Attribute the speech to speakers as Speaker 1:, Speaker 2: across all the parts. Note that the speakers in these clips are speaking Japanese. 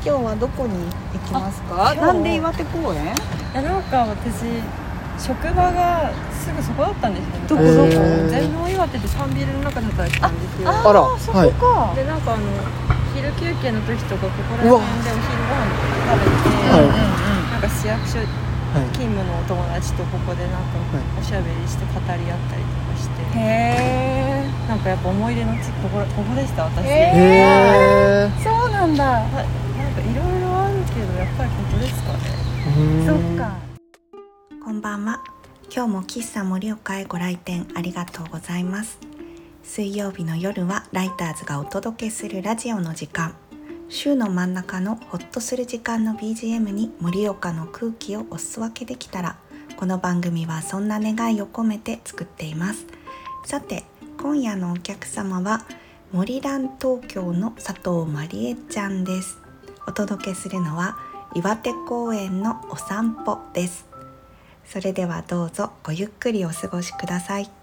Speaker 1: 今日はどこに行きますか？なんで岩手公園？
Speaker 2: なんか私職場がすぐそこだったんですよね。
Speaker 1: どこ
Speaker 2: 全農岩手で3ビルの中で働いてたんですよ。
Speaker 1: あら、そこか。
Speaker 2: でなんか昼休憩の時とかここら辺でお昼ご飯食べて、なんか市役所勤務のお友達とここでなんかおしゃべりして語り合ったりとかして、なんかやっぱ思い出の地ここでした私。
Speaker 1: そうなんだ。
Speaker 2: なんかいろいろあるけどやっぱりここですかね。
Speaker 1: そっか。
Speaker 3: こんばんは。今日も喫茶盛岡へご来店ありがとうございます。水曜日の夜はライターズがお届けするラジオの時間。週の真ん中のホッとする時間の BGM に盛岡の空気をお裾分けできたら、この番組はそんな願いを込めて作っています。さて、今夜のお客様は森蘭東京の佐藤まりえちゃんです。お届けするのは岩手公園のお散歩です。それではどうぞごゆっくりお過ごしください。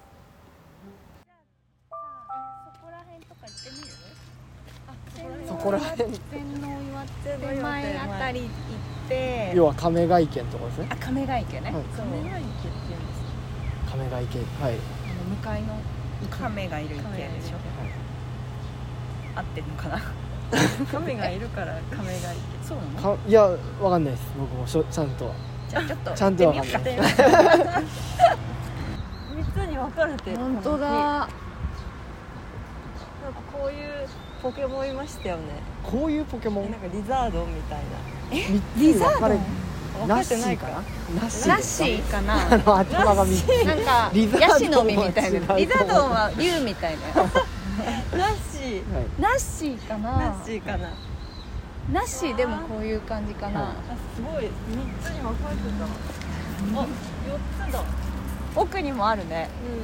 Speaker 4: そこら辺
Speaker 1: 天王岩手前あたり行って、
Speaker 4: 要は亀ヶ池のところですね。
Speaker 1: あ、亀ヶ池ね、
Speaker 4: はい、
Speaker 2: 亀ヶ池って言うんですか？
Speaker 4: 亀ヶ池、はい、
Speaker 1: 向かいの亀がいる池でしょ、はい、合ってるのかな
Speaker 2: 亀がいるから亀ヶ池。
Speaker 1: そうなの？
Speaker 4: いや、わかんないです。僕もちゃんとは。
Speaker 1: じゃあちょっと
Speaker 4: ちゃんとわかんない。
Speaker 2: 3つに分かれてる。
Speaker 1: 本当だ。
Speaker 2: なんかこういうポケモンいましたよね。
Speaker 4: こういうポケモン？
Speaker 2: なんかリザードンみたいな。
Speaker 1: リザードン？
Speaker 2: 分かってないかな。
Speaker 1: ナッシーかな。
Speaker 4: 頭が3つ。
Speaker 1: なんかヤシの実みたいな。リザードンは竜みたいな。
Speaker 2: ナッシー、
Speaker 1: ナッシーかな。
Speaker 2: ナッシーかな。
Speaker 1: ナッシーでもこういう感じかな。
Speaker 2: すごい3つに分かれてた。あ、4つだ。
Speaker 1: 奥にもあるね。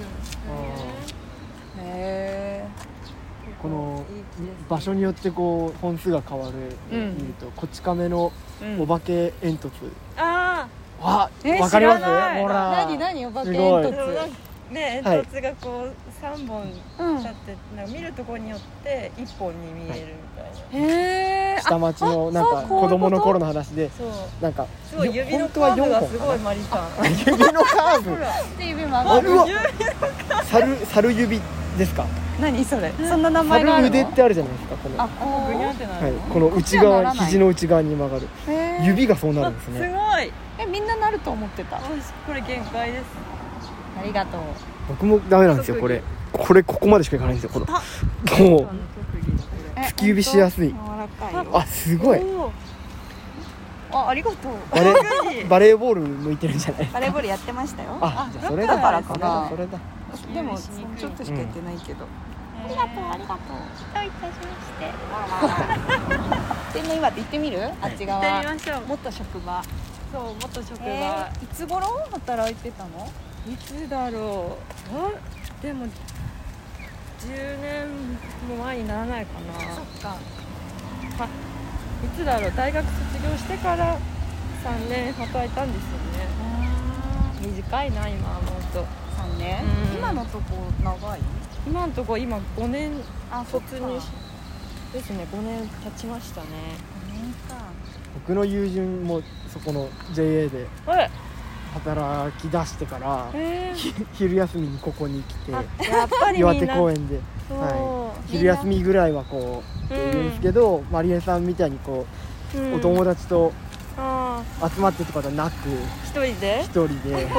Speaker 4: へー。この場所によってこう本数が変わる見ると、こち亀のお化け煙突、わかります？ほら、
Speaker 1: 何お化け煙突
Speaker 2: ね、煙突がこう3本立って、なんか見るところによって1本に見えるみたいな。
Speaker 1: へー。
Speaker 4: 下町のなんか子供の頃の話で、なんか
Speaker 2: すごい指のカーブがすごいマリさん。
Speaker 4: 指のカーブ。
Speaker 1: 指もある。
Speaker 4: 猿指ですか？
Speaker 1: 何それ？そんな名前があるの？
Speaker 4: 猿腕ってあるじゃないですか。この
Speaker 2: グニャってなるの？
Speaker 4: この内側、肘の内側に曲がる指がそうなるんですね。
Speaker 2: すごい。
Speaker 1: みんななると思ってた。
Speaker 2: これ限界です。
Speaker 1: ありがとう。
Speaker 4: 僕もダメなんですよ。これここまでしかいかないんですよ。このもう突き指しやすい。あ、すごい。
Speaker 1: ありがとう。
Speaker 4: バレーボール向いてるんじゃない？
Speaker 1: バレーボールやってましたよ。
Speaker 4: あ、じゃあそれだ
Speaker 1: からかな。
Speaker 4: それだ。
Speaker 1: でもちょっとしかやってないけど。ありがとう。どういたしまして。天王岩手行ってみる？あっち側。
Speaker 2: 行ってみましょう。
Speaker 1: 元職場。
Speaker 2: そう、元職場。
Speaker 1: いつ頃働いてたの？
Speaker 2: いつだろう。でも10年も前にならないかな。
Speaker 1: そっか。
Speaker 2: いつだろう。大学卒業してから3年働いたんですよね。短いな、今思うと。
Speaker 1: 3年？今のとこ長い？
Speaker 2: 今のとこ今5年
Speaker 1: 卒入
Speaker 2: ですね。5年経ちましたね。
Speaker 1: 5年か。
Speaker 4: 僕の友人もそこの JA で働き出してから、昼休みにここに来て、
Speaker 2: やっぱり
Speaker 4: 岩手公園で、昼休みぐらいはこういるんですけど、まりえさんみたいにこう、お友達と集まってとかではなく、
Speaker 2: 一人で
Speaker 4: でも一
Speaker 2: 人で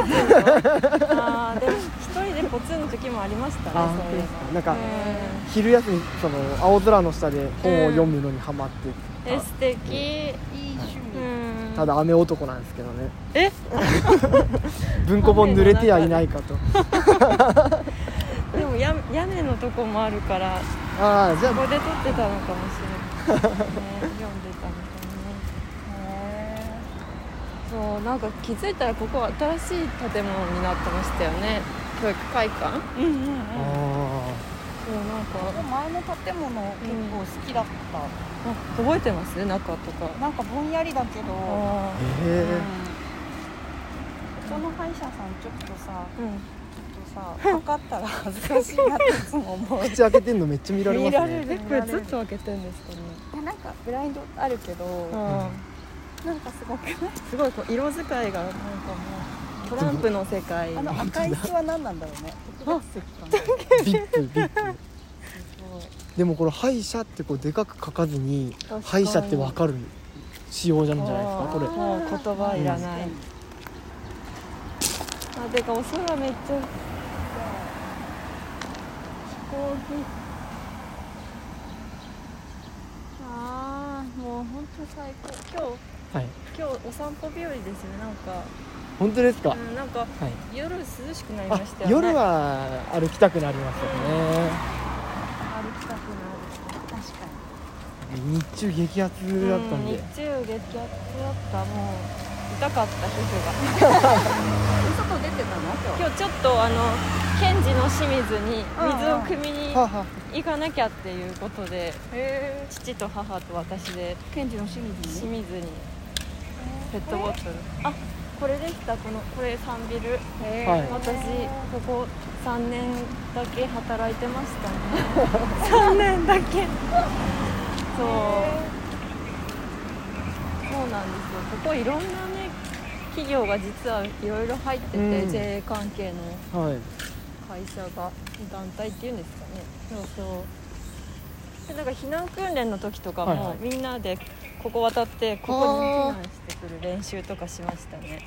Speaker 2: ポツンの時もありましたね。そういうの
Speaker 4: なんか昼休みその青空の下で本を読むのにハマって
Speaker 2: 素敵。
Speaker 1: いい趣味。
Speaker 4: ただ雨男なんですけどね。文庫本濡れてはいないかと。
Speaker 2: でも屋根のとこもあるから、
Speaker 4: じゃあ
Speaker 2: ここで撮ってたのかもしれない。読んでたのかね。そう、なんか気づいたらここ新しい建物になってましたよね。教育会館。そう、なんか
Speaker 1: 前の建物結構好きだった。
Speaker 2: 覚えてます？中とか。
Speaker 1: なんかぼんやりだけど。ここの歯医者さんちょっとさ、 測ったら恥ずかしいなっていつも思う。
Speaker 4: 口開けてんのめっちゃ見られますね。
Speaker 2: これずっと開けてるんですかね。
Speaker 1: いやなんかブラインドあるけど、なんかすごくない？
Speaker 2: すごいこう色使いがなんかもうトランプの世界。
Speaker 1: 赤い巣は何なんだろうね。特別席かな。
Speaker 4: ビップビップ。でもこれ歯医者ってこうでかく書かずに歯医者ってわかる仕様なんじゃないですかこれ。
Speaker 2: もう言葉いらない。あ、てかお空めっちゃ飛行機。ああ、もう本当最高。今日お散歩日和ですね。なんか
Speaker 4: 本当ですか。
Speaker 2: なんか、夜涼しくなりましたよね。
Speaker 4: 夜は歩きたくなりますよね。
Speaker 2: 歩きたくなる。
Speaker 1: 確か
Speaker 4: 日中激アツだったんで。
Speaker 2: 日中激アツだった。もう痛かった皮膚が。
Speaker 1: 外出てたの？
Speaker 2: 今日ちょっとケンジの清水に水を汲みに行かなきゃっていうことで、父と母と私で
Speaker 1: ケンジの清水に
Speaker 2: ペットボトル。あ、これでした。これサンビル。私ここ3年だけ働いてましたね。3年だけ。そうなんですよ。ここいろんなね企業が実はいろいろ入ってて、JA 関係の会社が、団体っていうんですかね。でなんか避難訓練の時とかも、みんなでここ渡ってここに避難してくる練習とかしましたね。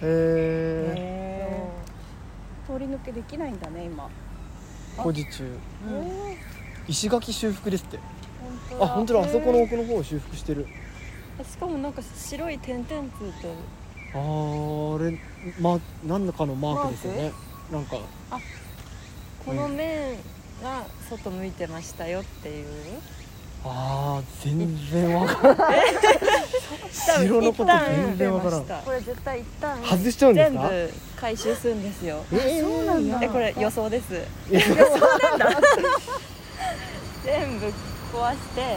Speaker 1: 通り抜けできないんだね今。
Speaker 4: 工事中。石垣修復ですって。本当だ。あそこの奥の方を修復してる。
Speaker 2: しかもなんか白い点々ついてる。
Speaker 4: あれ何らかのマークですよね。なんか
Speaker 2: この面が外向いてましたよっていう。
Speaker 4: 全然わからない。白のこと全然わからん。
Speaker 2: これ絶対一旦
Speaker 4: 外しちゃうんですか？
Speaker 2: 全部回収するんですよ。
Speaker 1: そうなんだ。
Speaker 2: これ予想です。
Speaker 1: 予想なんだ。
Speaker 2: 全部壊して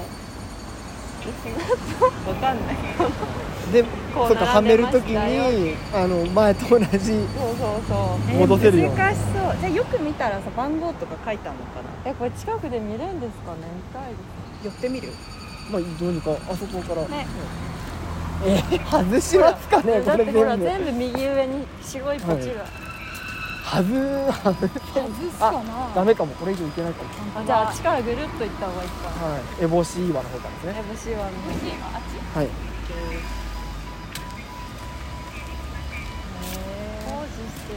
Speaker 2: わかんない。
Speaker 4: で、そうか、はめるときに前と同じ戻せるように。
Speaker 1: 難しそう。じゃあよく見たらさ、番号とか書いてあるのかな。
Speaker 2: これ近くで見れるんですかね。見たいです。
Speaker 1: 寄ってみる？
Speaker 4: どうにかあそこからね。外しますかね。
Speaker 2: だってほら全部右上に白いポチが。
Speaker 4: 外す
Speaker 1: かな。
Speaker 4: ダメかも。これ以上いけないかも。
Speaker 2: じゃああっちからぐるっと行った方がいいか。
Speaker 4: エボシ岩の方からですね。
Speaker 2: エボシ岩の方。
Speaker 1: あっち？
Speaker 4: はい。
Speaker 2: 工事してる。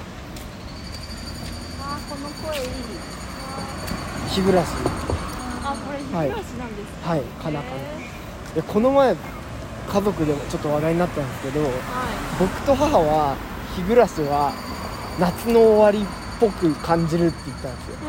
Speaker 1: この声いい。
Speaker 4: 日暮らし。
Speaker 2: これ日暮らしなんですか？
Speaker 4: かなかな。この前家族でもちょっと話題になったんですけど、僕と母は日暮らしは夏の終わりっぽく感じるって言ったんですよ。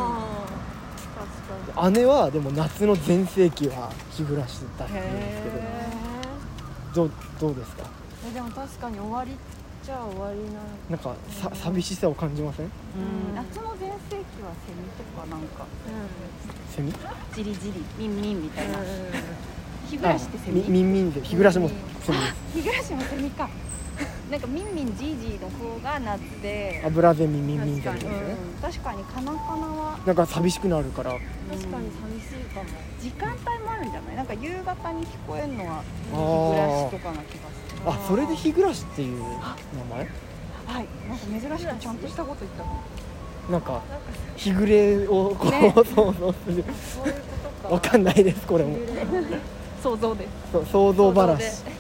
Speaker 4: 姉はでも夏の全盛期は日暮らしだって言うんですけど、どうですか？
Speaker 2: でも確かに終わりっちゃ終わり
Speaker 4: なんか寂しさを感じません？
Speaker 1: 夏の全盛期はセミとかなんか、
Speaker 4: セミ？
Speaker 1: ジリジリミンミンみたいな。日暮らしってセミ？
Speaker 4: ミンミンで日暮らしもセミです。
Speaker 1: 日暮らしもセミか。なんかミンミンジージーの方が夏で、
Speaker 4: 油ゼミミンミンゼミですね。
Speaker 1: 確かにカナカナは
Speaker 4: なんか寂しくなるから。
Speaker 2: 確かに寂しいかも。
Speaker 1: 時間帯もあるんじゃない？なんか夕方に聞こえるのは日暮らしとかな気がする。
Speaker 4: それで日暮らしっていう名前？
Speaker 1: なんか珍しくちゃんとしたこと言ったの。
Speaker 4: なんか日暮れをこう想像する。
Speaker 2: そういうことか。
Speaker 4: わかんないですこれも。
Speaker 1: 想像です。
Speaker 4: 想像話。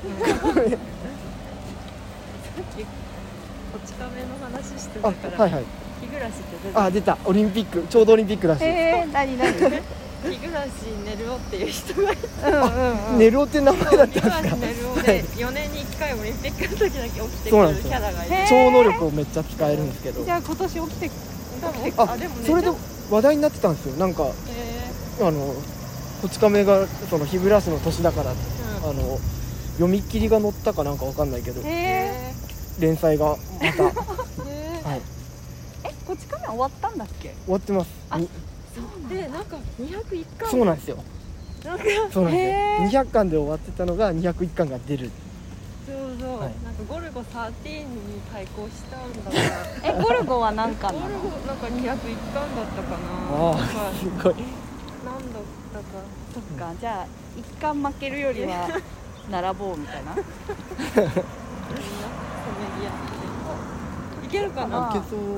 Speaker 2: こち亀の話してたから。日暮らしって
Speaker 4: 出た。オリンピックちょうどオリンピックだし。
Speaker 1: 何？
Speaker 2: 日暮らし寝るおっていう人がいて、
Speaker 4: 寝るおって名前だったんですか？
Speaker 2: 日暮らし寝るおで4年に1回オリンピックの時だけ起きてくるキャラがいて、
Speaker 4: 超能力をめっちゃ使えるんですけど。
Speaker 1: じゃあ今年起きて
Speaker 4: それで話題になってたんですよ。なんかこち亀がその日暮らしの年だから読み切りが載ったかなんかわかんないけど、連載がまた
Speaker 1: こち亀終わったんだっけ？
Speaker 4: 終わってます。
Speaker 2: でなんか201巻。
Speaker 4: そうなんですよ。そうなんですよ。200巻で終わってたのが201巻が出る。
Speaker 2: そうそう、
Speaker 4: はい、
Speaker 2: なんかゴルゴ13に対抗したんだから
Speaker 1: ゴルゴは何巻なの？
Speaker 2: ゴルゴなんか201巻だったかな。
Speaker 4: ああすごい。
Speaker 2: なんだったか。
Speaker 1: そっか、じゃあ一巻負けるよりは並ぼうみたいな。
Speaker 2: みんなせめぎ合っていけるかな。
Speaker 4: いけそう。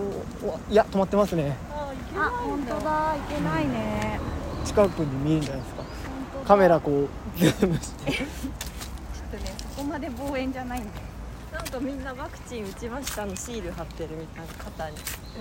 Speaker 4: いや止まってますね。
Speaker 2: あ、いけないんだ。
Speaker 1: 本当だ、いけないね。
Speaker 4: 近くに見えるんじゃないですか。カメラこうズームして
Speaker 1: ちょっとね、そこまで望遠じゃないんだよ。
Speaker 2: なんかみんなワクチン打ちましたのシール貼ってるみたいな肩に。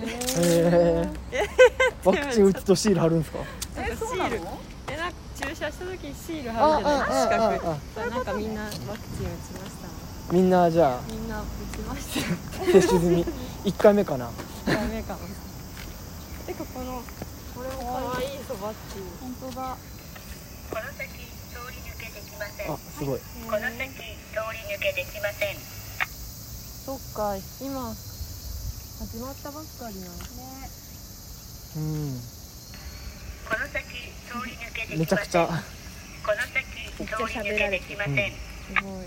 Speaker 4: ワクチン打つとシール貼るんですか？
Speaker 2: なんかシール。
Speaker 1: そうなの？
Speaker 2: なんか注射した時にシール貼るじゃないですか。四角い。
Speaker 1: そういうことね
Speaker 2: なんかみんなワクチン打ちましたの。
Speaker 4: みんなじゃあ
Speaker 2: みんな打ちましたよ。
Speaker 4: 接種済み1回目かな。
Speaker 2: 1回目かも。てかこれも可愛いそばっち。
Speaker 1: 本当だ。
Speaker 5: この先通り抜けできません。
Speaker 4: あすごい。
Speaker 5: この先通り抜けできません。
Speaker 2: そっか、今始まったばっかりなんですね。
Speaker 5: この先通り抜けできません。
Speaker 4: めちゃくちゃ。
Speaker 5: この先通り抜けできません。
Speaker 2: すごい。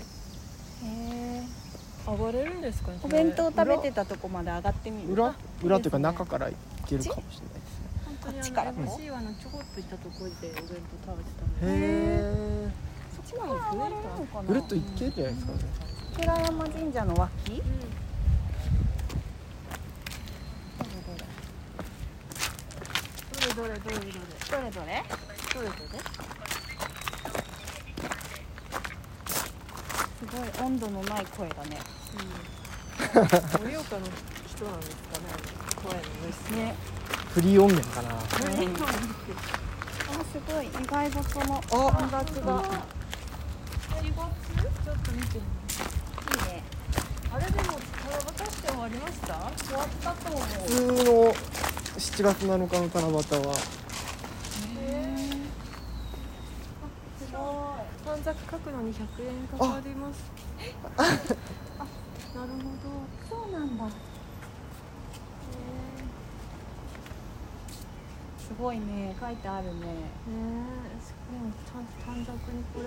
Speaker 2: 上がれるんですかね。
Speaker 1: お弁当食べてたとこまで上がってみる？
Speaker 4: 裏というか中から行けるかもしれないですね。
Speaker 2: 本当に
Speaker 1: こっちから
Speaker 2: MC はちょこっと行ったところでお弁当食べてたんで。
Speaker 4: へ
Speaker 2: そっちなんですね。
Speaker 4: え。ぐるっと行けるんじゃないですかね。
Speaker 1: 寺山神社の脇？
Speaker 2: どれ
Speaker 1: どれ？すごい温度のない声だね。
Speaker 2: 盛岡の人なんですかね。声の主
Speaker 1: ね。
Speaker 4: フリー音源かな。
Speaker 1: あ、すごい意外とその混雑が。
Speaker 2: ちょっと見てみ
Speaker 1: いいね。
Speaker 2: あれでも七夕って終わりました？
Speaker 1: 終わったと思う。
Speaker 4: 普通の7月7日の七夕は
Speaker 2: 短冊書くのに100円かかります。なるほど。
Speaker 1: そうなんだ。すごいね、書いてあるね。
Speaker 2: でも短冊にこれ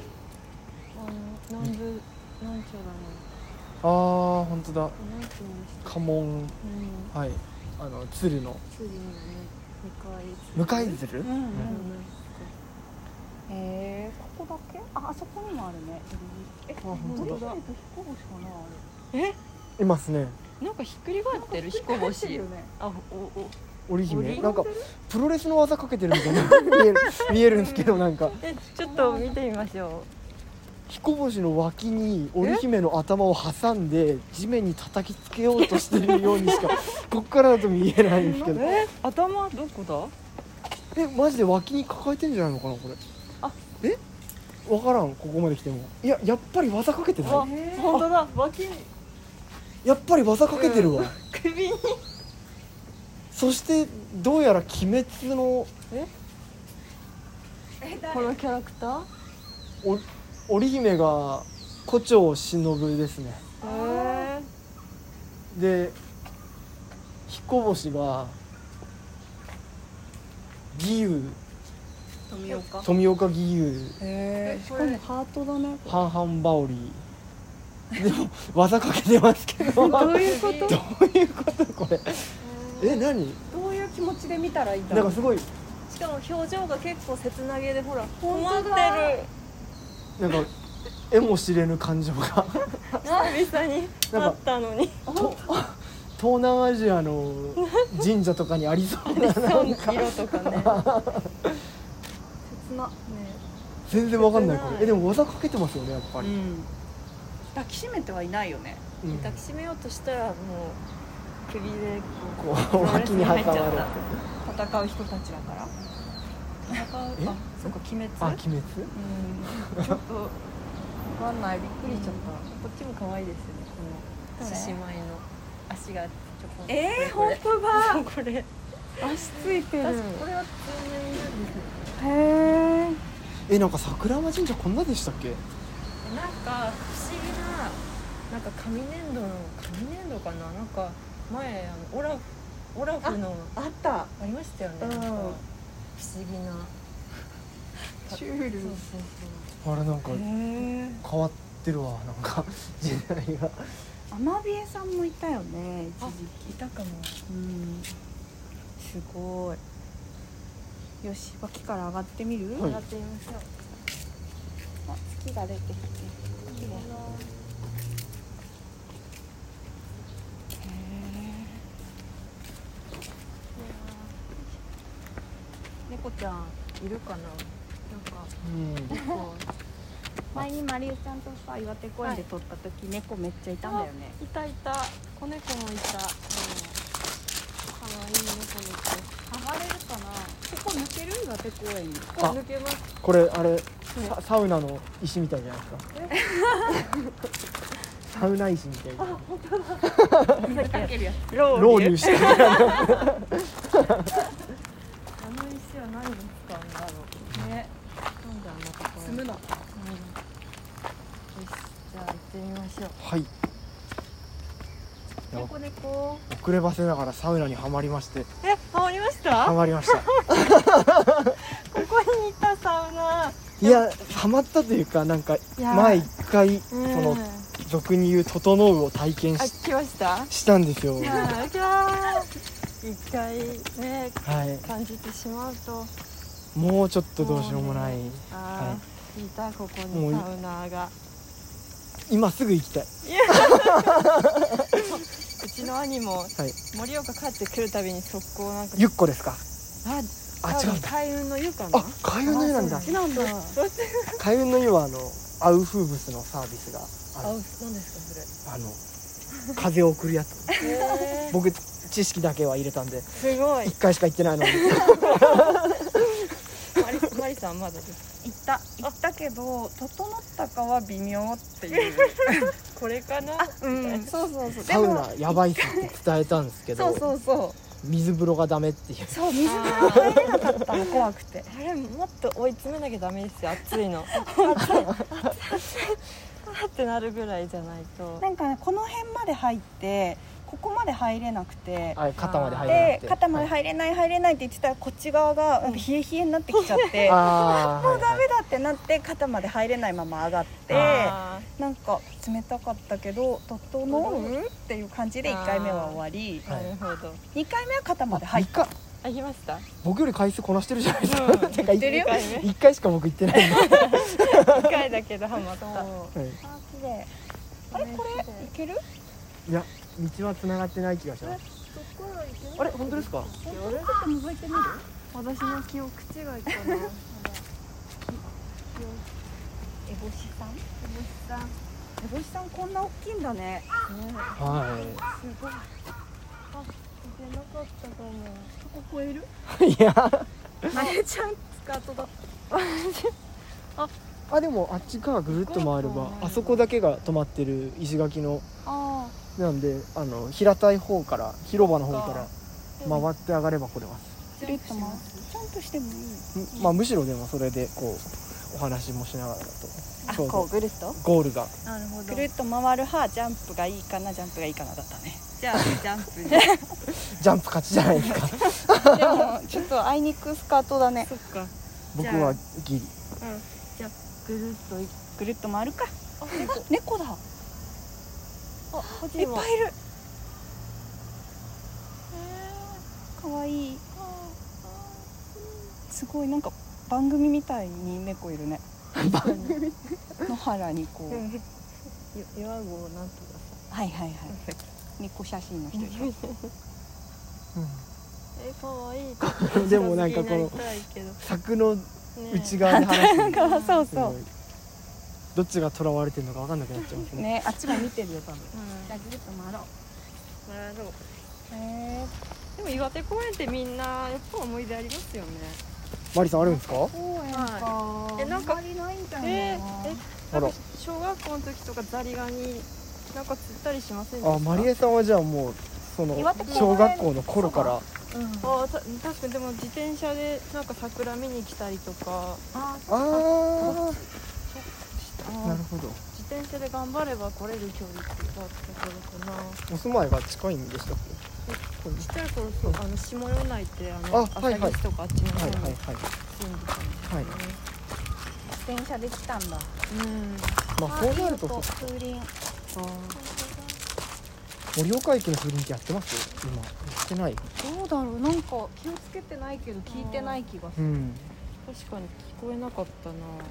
Speaker 2: なんちゃらの
Speaker 4: ああ本当だ。
Speaker 2: なんて言うんですか。
Speaker 4: 家紋、はい鶴の
Speaker 2: 次にね
Speaker 4: 向かい鶴。
Speaker 1: ここだけ？あそこにもあるね。
Speaker 4: 本当だ。
Speaker 1: 彦星かなあれ。
Speaker 4: いますね。
Speaker 2: なんかひっくり返ってる彦星。あ、
Speaker 4: 織姫なんかプロレスの技かけてるみたいな見えるんですけど、なんか
Speaker 2: ちょっと見てみましょう。
Speaker 4: 彦星の脇に織姫の頭を挟んで地面に叩きつけようとしてるようにしかこっからだと見えないんですけど。
Speaker 2: 頭どこだ？
Speaker 4: マジで脇に抱えてんじゃないのかなこれ。分からん。ここまで来てもやっぱり技かけてない。
Speaker 2: 本当だ。脇に
Speaker 4: やっぱり技かけてるわ。
Speaker 2: 首に。
Speaker 4: そしてどうやら鬼滅の
Speaker 2: このキャラクター？
Speaker 4: 織姫が胡蝶忍ですね。で彦星が義勇富岡義勇。
Speaker 1: しかもハートだね。
Speaker 4: 半々羽織。でも技かけてますけど。
Speaker 1: どういうこと？
Speaker 4: どういうことこれ。何？
Speaker 1: どういう気持ちで見たらいいんだろう。
Speaker 4: なんかすごい。
Speaker 2: しかも表情が結構切なげでほら
Speaker 1: 本当だ。
Speaker 2: 困ってる。
Speaker 4: なんか絵も知れぬ感情が
Speaker 2: 久々にあったのに。
Speaker 4: 東南アジアの神社とかにありそうななんか
Speaker 2: 色とかね。
Speaker 1: 切な。
Speaker 4: 全然わかんないこれ。でも技かけてますよねやっぱり。
Speaker 1: 抱きしめてはいないよね。
Speaker 2: 抱きしめようとしたらもう首で
Speaker 4: こう脇に挟まれて
Speaker 1: 戦う人たちだから。そうか、鬼滅。
Speaker 4: 鬼滅。
Speaker 1: ちょっとわかんない。びっくりしちゃった。
Speaker 2: こっちも可愛いですよね。この獅子舞の足がちょこ
Speaker 1: 本当だ。
Speaker 2: これ
Speaker 1: 足ついてる。
Speaker 2: これは通年なんですね。
Speaker 4: なんか桜山神社こんなでしたっけ？
Speaker 2: なんか不思議ななんか紙粘土かな、なんか前オラフの
Speaker 1: あった
Speaker 2: ありましたよね。なんか不思議な
Speaker 1: シュール。
Speaker 2: そう
Speaker 4: あれなんか変わっってるわ、なんか時代が。
Speaker 1: アマビエさんもいたよね、一時期。
Speaker 2: いたかも。
Speaker 1: すごい。よし、脇から上がってみる？
Speaker 4: はい、
Speaker 2: 上がってみましょう。
Speaker 1: あ、月が出てきて綺麗。猫ちゃんいるかな。なんか、前にマリエちゃんとさ、岩手公園で撮った時、猫めっちゃいたんだよね。
Speaker 2: いたいた。子猫もいた。可愛い猫
Speaker 1: 剥がれるかな。ここ抜ける？岩手公園に。
Speaker 4: あ、
Speaker 2: 抜けます。
Speaker 4: これあれ、サウナの石みたいじゃないですか。サウナ石みたいな。
Speaker 2: 本当だ。
Speaker 1: かけるやつ。
Speaker 4: ロウリュしてる。
Speaker 2: あの石は何に使うんだろう。ね。なんであんなところ。
Speaker 1: 積むの。
Speaker 2: よし、じゃあ行ってみましょう。
Speaker 4: はい。
Speaker 1: 猫猫。
Speaker 4: 遅ればせながらサウナにはまりまして。
Speaker 2: ハマりました？
Speaker 4: はまりました。
Speaker 2: ここにいたサウナ。
Speaker 4: いや、はまったというか、なんか前一回その俗に言う整うを体験
Speaker 2: 来ました？
Speaker 4: したんですよ。
Speaker 2: 一回ね、感じてしまうと
Speaker 4: もうちょっとどうしようもない。
Speaker 2: いた、ここにサウナーが。
Speaker 4: 今すぐ行きたい。
Speaker 2: うちの兄も盛岡帰ってくるたびに速攻なんか。
Speaker 4: ゆっこですか？
Speaker 2: あ、違う。開運の湯かな。
Speaker 4: あ、開運の湯なんだ。開運の湯はアウフーブスのサービスが
Speaker 2: 何ですか
Speaker 4: それ？風を送るやつ。僕知識だけは入れたんで。
Speaker 2: すごい。
Speaker 4: 1回しか行ってないのに。
Speaker 2: マリさんまだです。
Speaker 1: 行ったけど、整ったかは微妙っていう。
Speaker 2: これかな。
Speaker 1: そう。
Speaker 4: サウナやばいっすって伝えたんですけど。
Speaker 1: そう。
Speaker 4: 水風呂がダメっていう。
Speaker 1: そう、水風呂入れなかったの、怖くて。
Speaker 2: あれ、もっと追い詰めなきゃダメですよ、暑いの。ってなるぐらいじゃないと。
Speaker 1: なんかね、この辺まで入ってここまで入れなくて、
Speaker 4: 肩まで入れなくて、
Speaker 1: 肩まで入れないって言ってたら、こっち側がなんか冷え冷えになってきちゃって、もうダメだってなって、肩まで入れないまま上がって、なんか冷たかったけど整うっていう感じで1回目は終わり、
Speaker 2: なるほど。
Speaker 1: 2回目は肩まで入った。
Speaker 2: 行きました。
Speaker 4: 僕より回数こなしてるじゃないですか。1回しか僕行ってないんで。
Speaker 2: 1回だけどハマった。
Speaker 1: 綺麗。あれ、これいける？
Speaker 4: いや、道は繋がってない気がします。あれ、本当ですか？
Speaker 1: ちょっと覗いてみる？
Speaker 2: 私の記憶違いかな。
Speaker 1: エボシさんこんな大きいんだね。
Speaker 4: はい。
Speaker 2: すごい。いけなかったかも。
Speaker 1: ここ超える？
Speaker 4: いや。
Speaker 1: マネちゃんスカートだ。
Speaker 4: あ、でもあっちからぐるっと回れば、あそこだけが止まってる石垣の。なんで、平たい方から、広場の方から回って上がれば来れます。
Speaker 1: ぐるっと回って、ちゃんとしてもいい。
Speaker 4: まあむしろでもそれでこうお話もしながらだと。
Speaker 1: こうぐるっと
Speaker 4: ゴールが。
Speaker 2: なるほど。
Speaker 1: ぐるっと回る派、ジャンプがいいかなだったね。
Speaker 2: じゃあジャンプで。
Speaker 4: ジャンプ勝ちじゃないですか。
Speaker 1: でもちょっとあいにくスカートだね。
Speaker 2: そっか。
Speaker 4: 僕はギリ。
Speaker 2: じゃあぐるっと
Speaker 1: 回るか。猫だ。いっぱいいる。かわいい。すごい、なんか番組みたいに猫いるね。野原にこう。
Speaker 2: 岩合なんとかさ。
Speaker 1: はい。猫写真の人でしょ。
Speaker 2: かわいい。
Speaker 4: でもなんかこの柵の内側で話してる。
Speaker 1: そう。
Speaker 4: どっちが囚われてるのか分かんなくなっちゃいますね。
Speaker 1: ね、あっちも見てるよ多分。じゃあぐるっと回ろう。
Speaker 2: でも岩手公園ってみんなやっぱ思い出ありますよね。
Speaker 4: マリさんあるんですか？
Speaker 1: 公園か。
Speaker 2: なんか
Speaker 1: ないんだよ
Speaker 2: な。小学校の時とかザリガニなんか釣ったりしませんでした？
Speaker 4: マリエさんはじゃあもうその小学校の頃から。
Speaker 2: 確かに。でも自転車でなんか桜見に来たりとか。
Speaker 4: なるほど。
Speaker 2: 自転車で頑張れば来れる距離ってだったからかな。
Speaker 4: お住まいが近いんでしたっけ？
Speaker 2: ちっちゃい頃下米内って朝西とかあっちの方に住んでたんですよね。
Speaker 1: 自転車で来たんだ。
Speaker 4: まあそうなると
Speaker 1: 風鈴。
Speaker 4: 盛岡駅の風鈴ってやってます？今やってない？
Speaker 1: どうだろう、なんか気をつけてないけど聞いてない気がする。
Speaker 2: 確かに聞こえなかった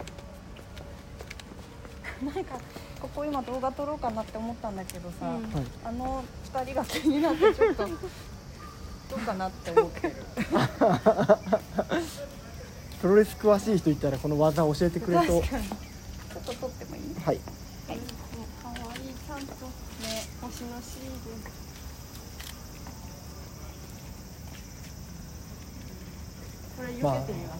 Speaker 1: な。なんかここ今動画撮ろうかなって思ったんだけどさ、あの2人が気になってちょっとどうかなって思ってる。
Speaker 4: プロレス詳しい人いたらこの技教えてくれると。
Speaker 1: 確かに。ちょっと撮ってもいい？
Speaker 4: はい。
Speaker 1: はい。可愛い、ちゃんとね、星のシール。これ避けてみます？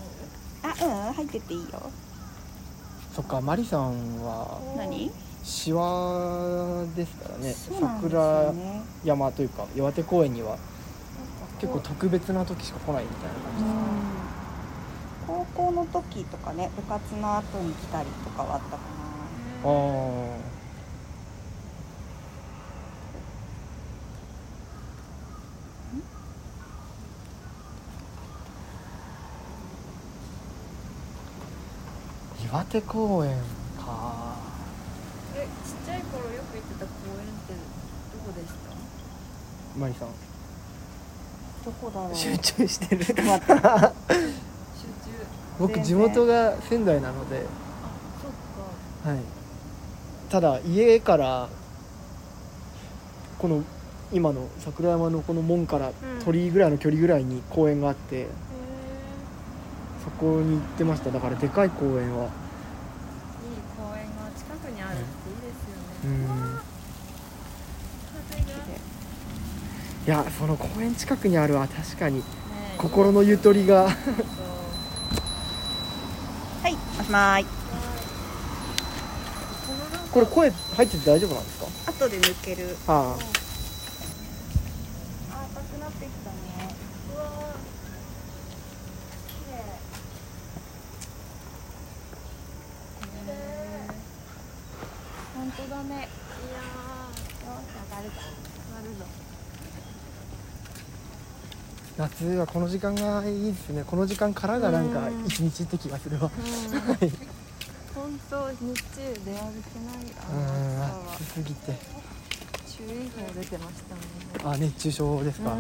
Speaker 1: 入ってていいよ。
Speaker 4: そっか、マリさんは
Speaker 1: 何？
Speaker 4: シワですからね。
Speaker 1: 桜
Speaker 4: 山というか岩手公園には結構特別な時しか来ないみたいな感じですか。
Speaker 1: 高校の時とかね、部活の後に来たりとかはあったかな。
Speaker 4: 岩手公園か。
Speaker 2: ちっちゃい頃よく行ってた公園ってどこでした？
Speaker 4: マリさん。
Speaker 1: どこだろう。
Speaker 4: 集中してる。
Speaker 1: ちょっと待って。
Speaker 4: 僕地元が仙台なので。
Speaker 2: そっか。
Speaker 4: はい。ただ家からこの今の桜山のこの門から鳥居ぐらいの距離ぐらいに公園があって、そこに行ってました。だからでかい公園は。
Speaker 2: いい公園が近くにあるっていいですよね。
Speaker 4: いや、その公園近くにあるは確かに心のゆとりが。
Speaker 1: はい、おしまい。
Speaker 4: これ声入ってて大丈夫なんですか？
Speaker 1: 後で抜ける。
Speaker 4: ああ。
Speaker 1: 赤くなってきたね。うわー。綺麗。本当だね。いやー。よし、上がるぞ。上がるぞ。
Speaker 4: 夏はこの時間がいいですね。この時間からがなんか一日って気がするわ。
Speaker 2: 本当日中出歩けない。
Speaker 4: 暑すぎて
Speaker 2: 注意報出てましたもんね。
Speaker 4: 熱中症ですか？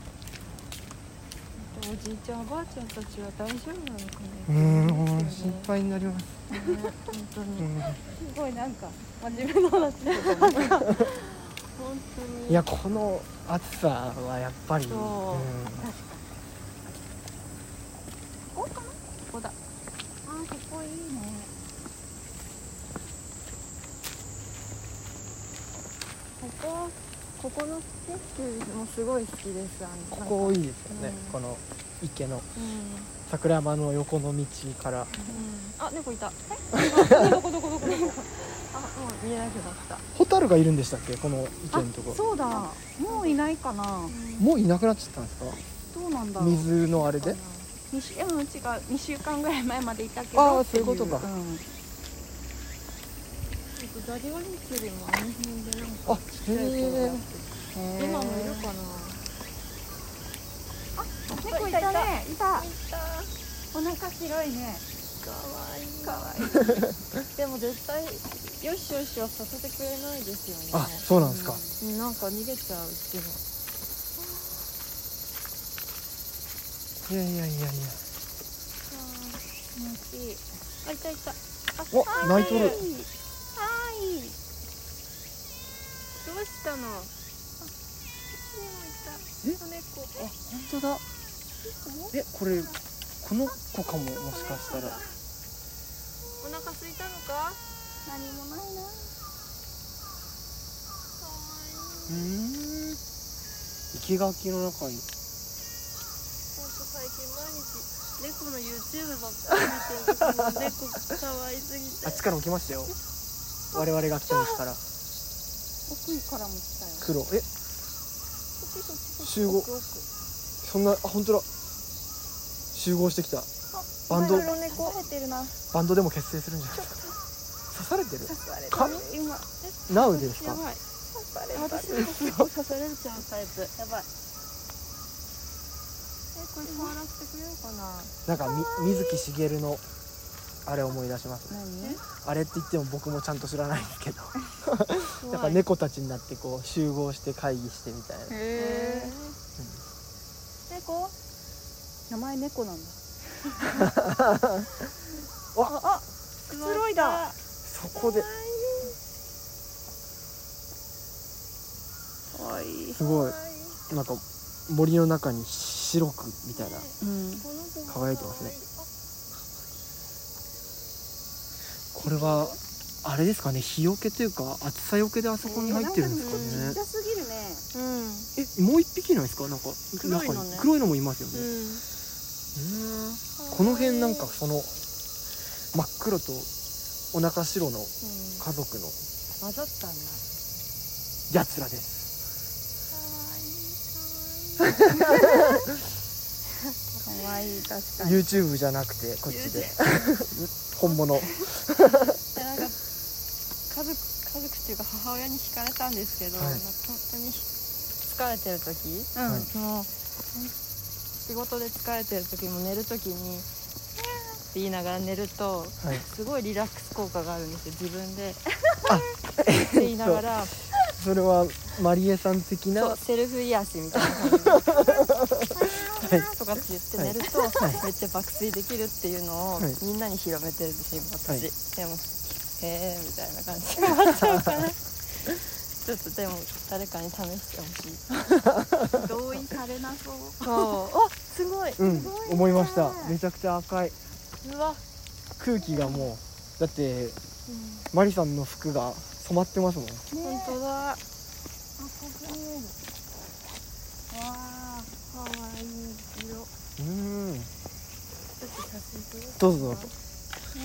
Speaker 2: おじいちゃんおばあちゃんたちは大丈夫なのかね。
Speaker 4: 心配になります。
Speaker 2: 本当に。
Speaker 1: すごいなんか真面目な話だけど。
Speaker 2: 本当に。
Speaker 4: いや、この暑さはやっぱり。
Speaker 2: そう。ここかな？ここだ。
Speaker 1: ここいいね。
Speaker 2: ここの景色もすごい好きです。
Speaker 4: ここいいですよね。この池の桜山の横の道から。
Speaker 2: あ、猫いた。どこ。あ、もう見えなくなった。
Speaker 4: ホタルがいるんでしたっけ、この池のところ？
Speaker 1: そうだ。もういないかな。
Speaker 4: もういなくなっちゃったんですか？
Speaker 1: どうなんだろう。
Speaker 4: 水のあれで？違う。
Speaker 1: 2週間ぐらい前までいたけど。
Speaker 4: ああ、そういうことか。
Speaker 2: ザリガニ釣りもあの辺でなんかちっちゃい頃やってて、今もいるかな。
Speaker 1: 猫いたね。いた。お腹広いね。
Speaker 2: かわいい。でも絶対よしよしはさせてくれないですよね。
Speaker 4: あ、そうなんですか。
Speaker 2: なんか逃げちゃうっていうの。
Speaker 4: いや。
Speaker 2: 気持ちいい。あ、いた。
Speaker 4: お、泣いとる。
Speaker 2: どうしたの？
Speaker 4: 猫。あ、本当だ。これこの子かも、もしかしたら。
Speaker 2: お腹空いたのか？
Speaker 1: 何もないな。
Speaker 4: 生垣の中に。
Speaker 2: 最近毎日猫の YouTube ばっかり見てる。猫可愛すぎて。
Speaker 4: あっちから起きましたよ。我々が来たんですから。
Speaker 1: 奥からも来たよ。
Speaker 4: 黒。集合。そんな、本当だ。集合してきた。バンドでも結成するんじゃないですか。刺されてる？
Speaker 1: 今
Speaker 4: ナウですか？
Speaker 2: やばい。刺されちゃうタイプ。やばい。これ触らせてくれようかな。
Speaker 4: なんか水木しげるのあれ思い出します。
Speaker 1: 何？
Speaker 4: あれって言っても僕もちゃんと知らないんですけどやっぱ猫たちになってこう集合して会議してみたいな。
Speaker 1: 猫？名前猫なんだ
Speaker 4: あ、
Speaker 1: くつろいだ。
Speaker 4: そこで。
Speaker 1: かわいい。
Speaker 4: すごいなんか森の中に白くみたいな輝いてますね。これはあれですかね、日よけというか暑さよけであそこに入ってるんですかね。
Speaker 1: ちっちゃすぎるね。
Speaker 4: もう一匹ないですか？なんか
Speaker 2: 黒いのね、
Speaker 4: 黒いのもいますよね。この辺なんかその真っ黒とお腹白の家族の
Speaker 2: 混ざったんだ。
Speaker 4: やつらです。
Speaker 1: かわいい。確かに
Speaker 4: YouTube じゃなくてこっちで本物。
Speaker 2: なんか家族っていうか母親に惹かれたんですけど、本当に疲れてる時、もう仕事で疲れてる時も寝る時にって言いながら寝ると、すごいリラックス効果があるんですよ、自分でって言いながら
Speaker 4: それはマリエさん的な
Speaker 2: そうセルフ癒しみたいな感じでとかって言って寝ると、めっちゃ爆睡できるっていうのをみんなに広めてるんですよ私、でもへーみたいな感じになっちゃうからちょっとでも誰かに試してほしい。
Speaker 1: 同意されなそう。
Speaker 2: そう、あ、すごい、
Speaker 4: 思いました。めちゃくちゃ赤い。
Speaker 2: うわ、
Speaker 4: 空気がもうだって、マリさんの服が染まってますもん。
Speaker 2: 本当だ。
Speaker 1: 赤く見える。わあ、かわいい色。ちょっと写真撮ろう。
Speaker 4: どうぞどうぞ。
Speaker 1: ね。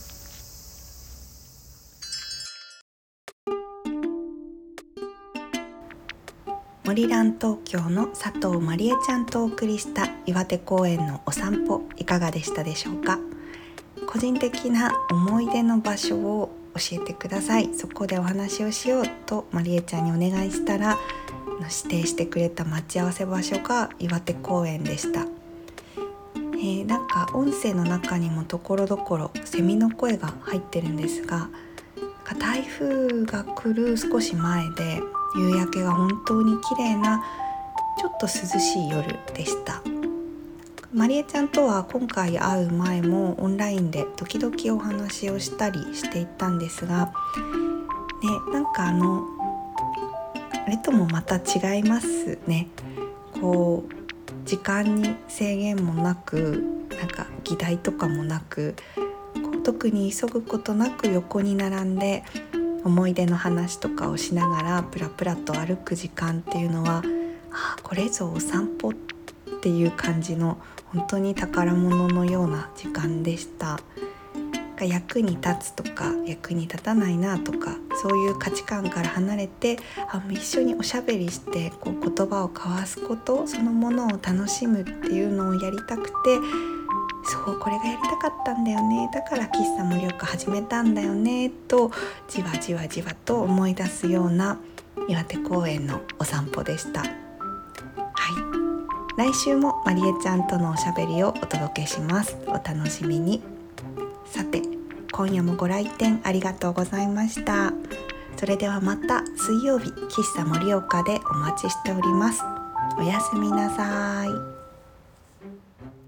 Speaker 3: 森蘭東京の佐藤まりえちゃんとお送りした岩手公園のお散歩、いかがでしたでしょうか。個人的な思い出の場所を教えてください。そこでお話をしようとまりえちゃんにお願いしたら指定してくれた待ち合わせ場所が岩手公園でした。なんか音声の中にもところどころセミの声が入ってるんですが、台風が来る少し前で夕焼けが本当に綺麗なちょっと涼しい夜でした。まりえちゃんとは今回会う前もオンラインで時々お話をしたりしていたんですが、ね、なんかあれともまた違いますね。こう時間に制限もなく、なんか議題とかもなく、こう特に急ぐことなく横に並んで思い出の話とかをしながらプラプラと歩く時間っていうのは、これぞお散歩っていう感じの本当に宝物のような時間でした。役に立つとか役に立たないなとか、そういう価値観から離れて一緒におしゃべりしてこう言葉を交わすことそのものを楽しむっていうのをやりたくて、そうこれがやりたかったんだよね、だから喫茶盛岡始めたんだよねとじわじわじわと思い出すような岩手公園のお散歩でした。来週もまりえちゃんとのおしゃべりをお届けします。お楽しみに。さて今夜もご来店ありがとうございました。それではまた水曜日喫茶盛岡でお待ちしております。おやすみなさい。